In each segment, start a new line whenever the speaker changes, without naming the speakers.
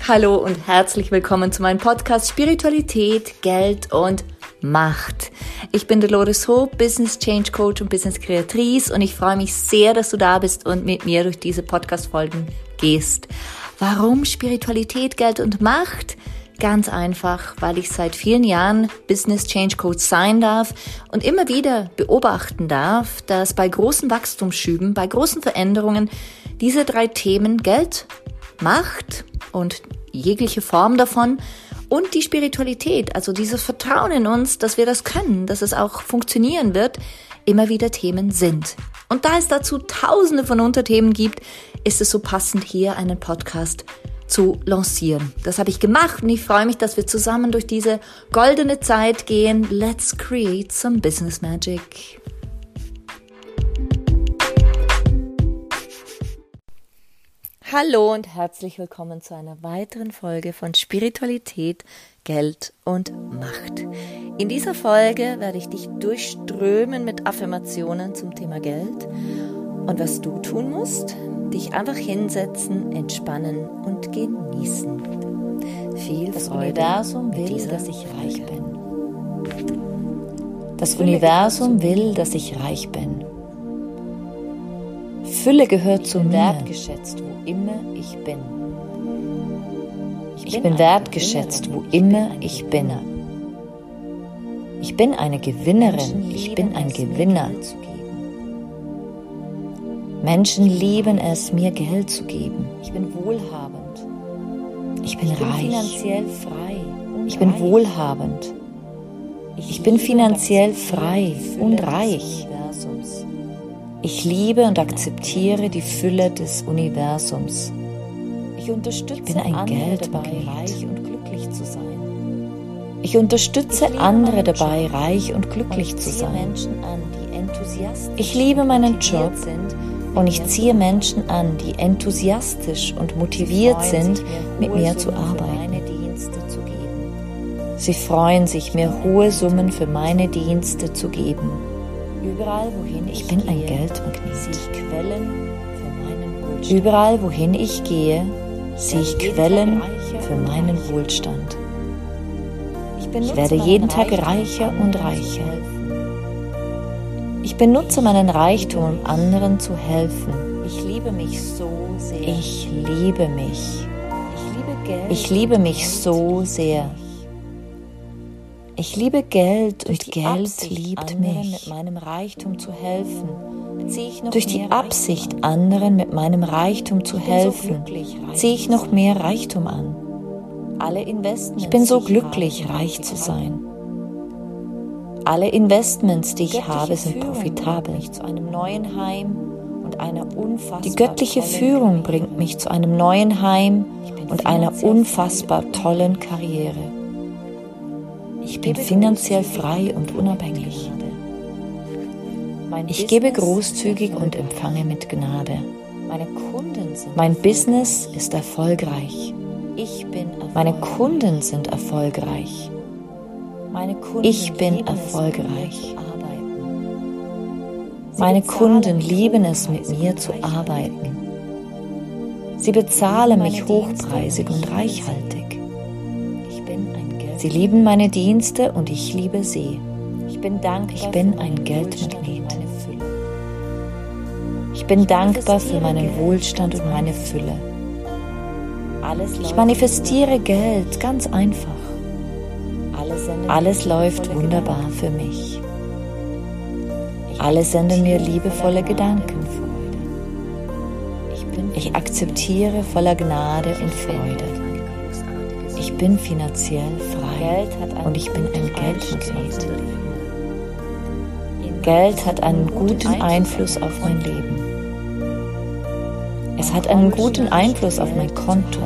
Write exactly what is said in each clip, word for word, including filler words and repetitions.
Hallo und herzlich willkommen zu meinem Podcast Spiritualität, Geld und Macht. Ich bin Dolores Hope, Business Change Coach und Business Kreatrice und ich freue mich sehr, dass du da bist und mit mir durch diese Podcast-Folgen gehst. Warum Spiritualität, Geld und Macht? Ganz einfach, weil ich seit vielen Jahren Business Change Coach sein darf und immer wieder beobachten darf, dass bei großen Wachstumsschüben, bei großen Veränderungen diese drei Themen Geld, Macht und jegliche Form davon und die Spiritualität, also dieses Vertrauen in uns, dass wir das können, dass es auch funktionieren wird, immer wieder Themen sind. Und da es dazu tausende von Unterthemen gibt, ist es so passend, hier einen Podcast zu lancieren. Das habe ich gemacht und ich freue mich, dass wir zusammen durch diese goldene Zeit gehen. Let's create some business magic. Hallo und herzlich willkommen zu einer weiteren Folge von Spiritualität, Geld und Macht. In dieser Folge werde ich dich durchströmen mit Affirmationen zum Thema Geld und was du tun musst, dich einfach hinsetzen, entspannen und genießen. Viel das Freude Universum will, dass ich reich bin. Das Universum will, dass ich reich bin. Fülle gehört zu mir.
Wertgeschätzt, wo immer ich bin.
Ich bin wertgeschätzt, wo immer ich bin. Ich bin eine Gewinnerin. Ich bin ein Gewinner. Menschen lieben es, mir Geld zu geben.
Ich bin wohlhabend.
Ich bin
ich bin
reich.
finanziell frei.
Ich bin wohlhabend. Ich bin finanziell frei und reich. Ich liebe und akzeptiere die Fülle des Universums.
Ich unterstütze
ich bin ein
andere dabei,
Geldmagnet.
reich und glücklich zu sein.
Ich unterstütze
Ich
andere
meinen
dabei,
Job
reich und glücklich
und
zu
ziehe
sein.
Menschen an, die enthusiastisch
Ich liebe meinen
motiviert
Job
sind,
und ich
mir
ziehe
zu
Menschen an, die enthusiastisch und motiviert
Sie freuen
sind,
sich,
mit
hohe
mir zu
Summen für
arbeiten.
meine Dienste zu geben.
Sie freuen sich, mir hohe Summen für meine Dienste zu geben.
Überall, wohin ich,
Ich bin ein
gehe,
Geldmagnet.
sehe ich Quellen für meinen Wohlstand.
Überall, wohin ich gehe, sehe ich
jeden
Quellen
Tag reicher
für
und
meinen
reicher.
Wohlstand.
Ich,
Ich werde jeden Tag reicher und reicher. Ich benutze meinen Reichtum, um anderen zu helfen.
Ich liebe mich so sehr.
Ich liebe mich.
Ich liebe Geld.
Ich liebe mich so sehr. Ich liebe Geld
Durch
und
die
Geld
Absicht,
liebt
anderen
mich.
mit meinem Reichtum zu helfen, ziehe ich noch
Durch die
mehr
Absicht,
Reichtum.
anderen mit meinem Reichtum zu
Ich bin so
helfen,
glücklich, reich
ziehe ich
zu
noch
sein.
mehr Reichtum an.
Alle Investments,
Ich bin so
die
glücklich,
habe,
reich zu
profitabel.
sein. Alle Investments, die ich
Göttliche
habe, sind
Führung
profitabel.
bringt mich zu einem neuen Heim und einer unfassbar
Die göttliche
tollen
Führung
Karriere.
bringt mich zu einem neuen Heim
bin
und einer
finanziell
unfassbar
frei und
tollen Karriere. Ich bin finanziell frei und unabhängig.
Mein
Ich gebe
Business
großzügig
ist
und
erfolgreich.
empfange mit Gnade.
Meine Kunden sind
Mein
erfolgreich.
Business ist erfolgreich.
Ich bin erfolgreich.
Meine Kunden sind erfolgreich.
Meine Kunden
Ich bin
lieben es,
erfolgreich.
mit mir zu arbeiten. Sie
Meine
bezahlen
Kunden
mich
lieben es, mit
hochpreisig
mir
und
zu
reichhaltig.
arbeiten. Sie bezahlen
Meine
mich
Dienste
hochpreisig
und
und
ich liebe
reichhaltig.
Ich bin ein Geld.
Sie lieben meine Dienste und ich liebe sie.
Ich bin dankbar
Ich bin
für
ein
meinen
Geldmagnet.
Wohlstand und meine Fülle.
Ich bin dankbar für
manifestiere
meinen
Geld
Wohlstand
ganz
und meine
einfach.
Fülle.
Alles
Ich
läuft
manifestiere
wunderbar.
Geld ganz einfach.
Alle senden
Alles
mir
läuft
liebevolle
wunderbar
Gedanken.
für mich.
Ich
Alle senden mir
akzeptiere
liebevolle
voller Gnade
Gedanken.
und Freude. Ich bin
Ich akzeptiere voller Gnade und Freude. Ich bin finanziell frei
Geld hat einen
und ich bin ein
guten Einfluss auf
Geldmagnet.
mein Leben.
Geld hat einen guten Einfluss auf mein Leben. Es hat einen guten Einfluss auf mein Konto.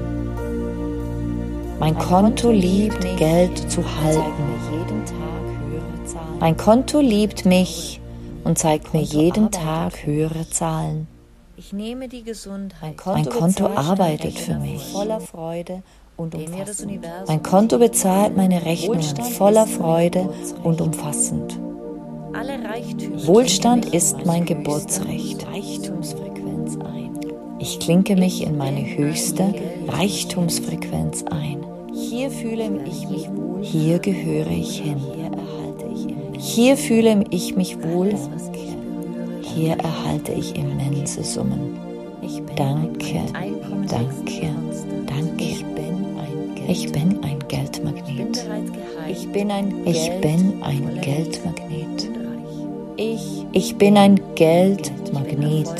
Mein Konto liebt, Geld zu halten.
Jeden Tag höhere Zahlen.
Mein Konto liebt mich und zeigt mir jeden Tag höhere Zahlen.
Ich nehme die Gesundheit.
Mein Konto
bezahlt
arbeitet
meine
für
Rechnungen
mich.
voller Freude und umfassend.
Mein Konto bezahlt meine Rechnungen
Wohlstand
voller
ist mein
Freude
Geburtsrecht.
und umfassend.
Alle Reichtümer
Wohlstand
geben mich
ist
aus
mein
höchster
Geburtsrecht.
Reichtumsfrequenz ein. Ich klinke mich in meine höchste Reichtumsfrequenz ein. Hier fühle ich mich wohl. Hier gehöre ich hin. Hier fühle ich mich wohl. Hier erhalte ich immense Summen. Danke, danke, danke. Ich bin ein Geldmagnet. Ich bin ein, ich bin ein Geldmagnet. Ich bin ein Geldmagnet.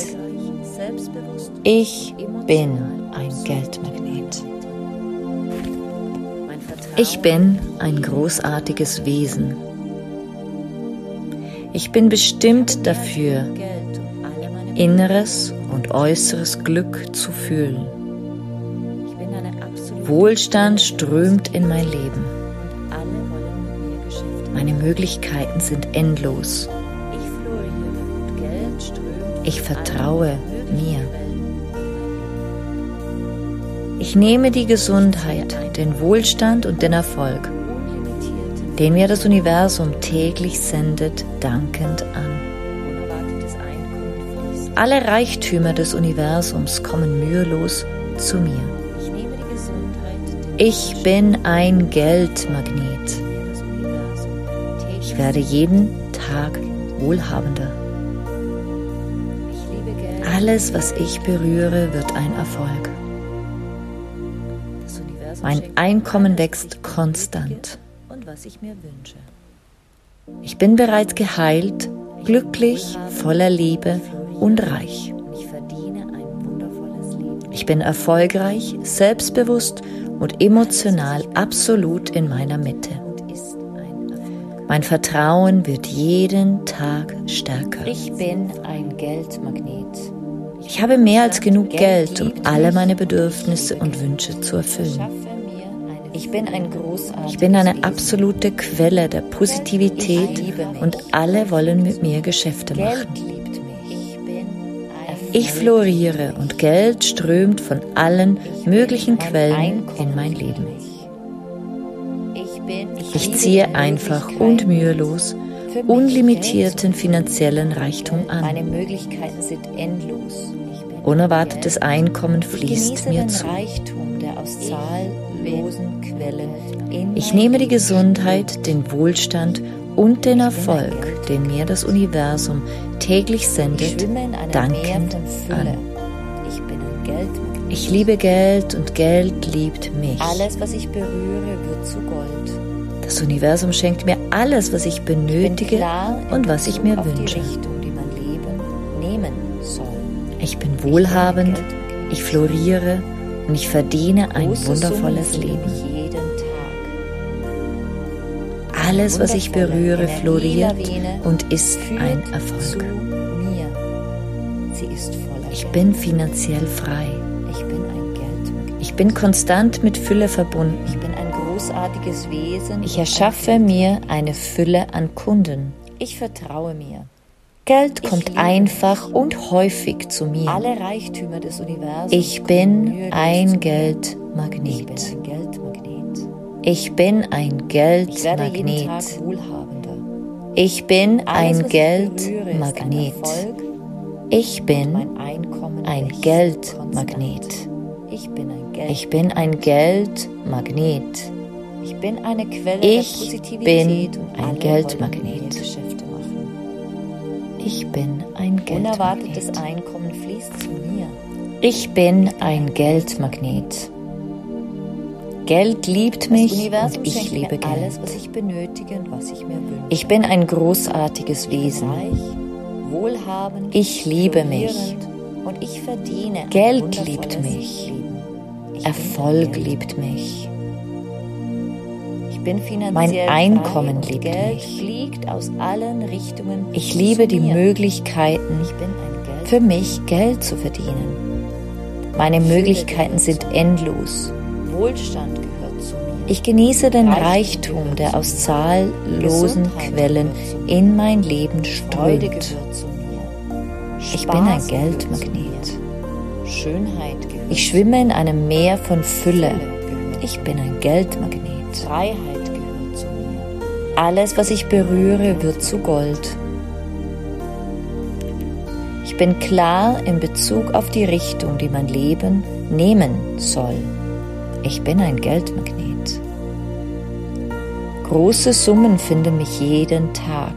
Ich bin ein Geldmagnet.
Ich bin ein großartiges Wesen. Ich bin bestimmt dafür, inneres und äußeres Glück zu fühlen. Wohlstand strömt in mein Leben. Meine Möglichkeiten sind endlos. Ich vertraue mir. Ich nehme die Gesundheit, den Wohlstand und den Erfolg, den mir das Universum täglich sendet, dankend an. Alle Reichtümer des Universums kommen mühelos zu mir. Ich bin ein Geldmagnet. Ich werde jeden Tag wohlhabender. Alles, was ich berühre, wird ein Erfolg. Mein Einkommen wächst konstant. Ich bin bereits geheilt, glücklich, voller Liebe und reich. Ich bin erfolgreich, selbstbewusst und emotional absolut in meiner Mitte. Mein Vertrauen wird jeden Tag stärker.
Ich bin ein Geldmagnet.
Ich habe mehr als genug Geld, um alle meine Bedürfnisse und Wünsche zu erfüllen.
Ich bin ein großartiges
Ich bin eine absolute Quelle der Positivität und alle wollen mit mir Geschäfte machen. Ich floriere und Geld strömt von allen möglichen Quellen in mein Leben. Ich ziehe einfach und mühelos unlimitierten finanziellen Reichtum an.
Meine Möglichkeiten sind endlos.
Unerwartetes Einkommen fließt mir zu.
Reichtum, der aus zahllosen Quellen in
Ich nehme die Gesundheit, den Wohlstand und den Erfolg, den mir das Universum täglich sendet, dankend an.
Ich bin ein Geldmagnet.
Ich liebe Geld und Geld liebt mich.
Alles, was ich berühre, wird zu Gold.
Das Universum schenkt mir alles, was ich benötige und was ich mir wünsche.
Die Richtung, die mein Leben nehmen soll.
Ich bin wohlhabend, ich floriere und ich verdiene ein wundervolles Leben.
Jeden Tag.
Alles, was ich berühre, floriert und ist ein Erfolg.
Sie ist voller
Ich bin finanziell frei.
Ich bin ein Geldmagnet.
Ich bin konstant mit Fülle verbunden.
Ich bin ein großartiges Wesen.
Ich erschaffe mir eine Fülle an Kunden.
Ich vertraue mir.
Geld kommt einfach und häufig zu mir.
Alle Reichtümer des Universums.
Ich bin ein
Ich
Geldmagnet.
bin ein Geldmagnet.
Ich bin ein
Ich werde jeden
Geldmagnet.
Tag wohlhabender.
Ich bin
Alles,
ein
was ich berühre, ist ein
Geldmagnet.
Erfolg.
Ich bin
Mein Einkommen
ein
wächst
Geldmagnet.
konstant. Ich bin ein Geld.
Ich bin ein Geldmagnet.
Ich bin eine Quelle
Ich
der Positivität
bin
und
ein
alle
Geldmagnet.
wollen mit mir Geschäfte machen.
Ich bin ein
Unerwartetes
Geldmagnet.
Einkommen fließt zu mir.
Ich bin ein Geldmagnet. Geld liebt
Das
mich
Universum
und ich
schenkt
liebe
mir alles,
Geld.
was ich benötige und was ich mir wünsche.
Ich bin ein großartiges Wesen.
Reich, wohlhabend,
Ich liebe mich.
florierend und ich verdiene ein
Geld
wundervolles
liebt mich.
Leben. Ich bin
Erfolg
ein
liebt mich.
Ich bin finanziell
Mein
frei
Einkommen
und
liebt
Geld
mich.
fliegt aus allen Richtungen
Ich
zu
liebe die
mir.
Möglichkeiten,
Ich bin ein Geld.
für mich Geld zu verdienen. Meine Möglichkeiten sind endlos.
Wohlstand gehört zu mir.
Ich genieße den
Reichtum
Reichtum,
gehört
der
zu
aus
mir.
zahllosen
Gesundheit
Quellen
gehört zu mir.
in mein Leben
Freude
strömt.
gehört zu mir.
Ich bin ein
Spaß gehört zu
Geldmagnet.
mir. Schönheit gehört
Ich schwimme in einem Meer von
zu
Fülle.
mir. Gehört
Ich bin ein Geldmagnet.
Freiheit gehört zu mir.
Alles, was ich berühre, wird zu Gold.
Ich bin klar in Bezug auf die Richtung, die mein Leben nehmen soll. Ich bin ein Geldmagnet. Große Summen finden mich jeden Tag.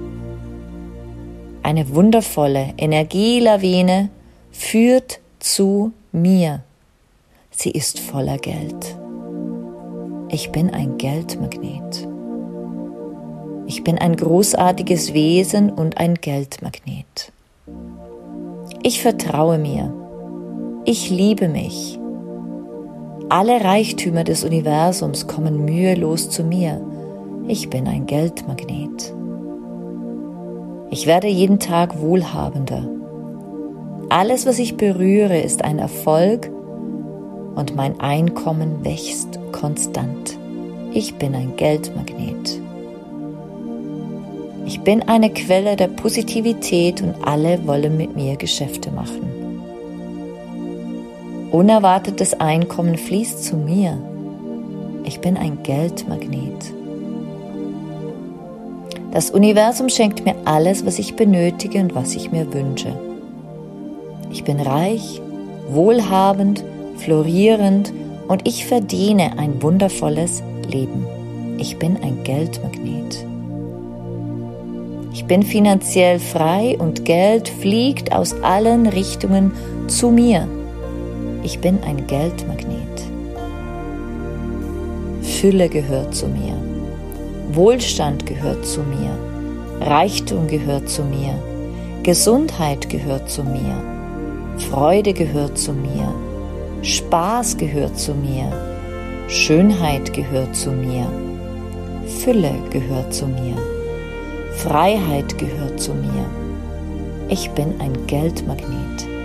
Eine wundervolle Energielawine führt zu mir. Sie ist voller Geld. Ich bin ein Geldmagnet. Ich bin ein großartiges Wesen und ein Geldmagnet. Ich vertraue mir. Ich liebe mich. Alle Reichtümer des Universums kommen mühelos zu mir. Ich bin ein Geldmagnet. Ich werde jeden Tag wohlhabender. Alles, was ich berühre, ist ein Erfolg und mein Einkommen wächst konstant. Ich bin ein Geldmagnet. Ich bin eine Quelle der Positivität und alle wollen mit mir Geschäfte machen. Unerwartetes Einkommen fließt zu mir. Ich bin ein Geldmagnet. Das Universum schenkt mir alles, was ich benötige und was ich mir wünsche. Ich bin reich, wohlhabend, florierend und ich verdiene ein wundervolles Leben. Ich bin ein Geldmagnet. Ich bin finanziell frei und Geld fliegt aus allen Richtungen zu mir. Ich bin ein Geldmagnet. Fülle gehört zu mir. Wohlstand gehört zu mir. Reichtum gehört zu mir. Gesundheit gehört zu mir. Freude gehört zu mir. Spaß gehört zu mir. Schönheit gehört zu mir. Fülle gehört zu mir. Freiheit gehört zu mir. Ich bin ein Geldmagnet.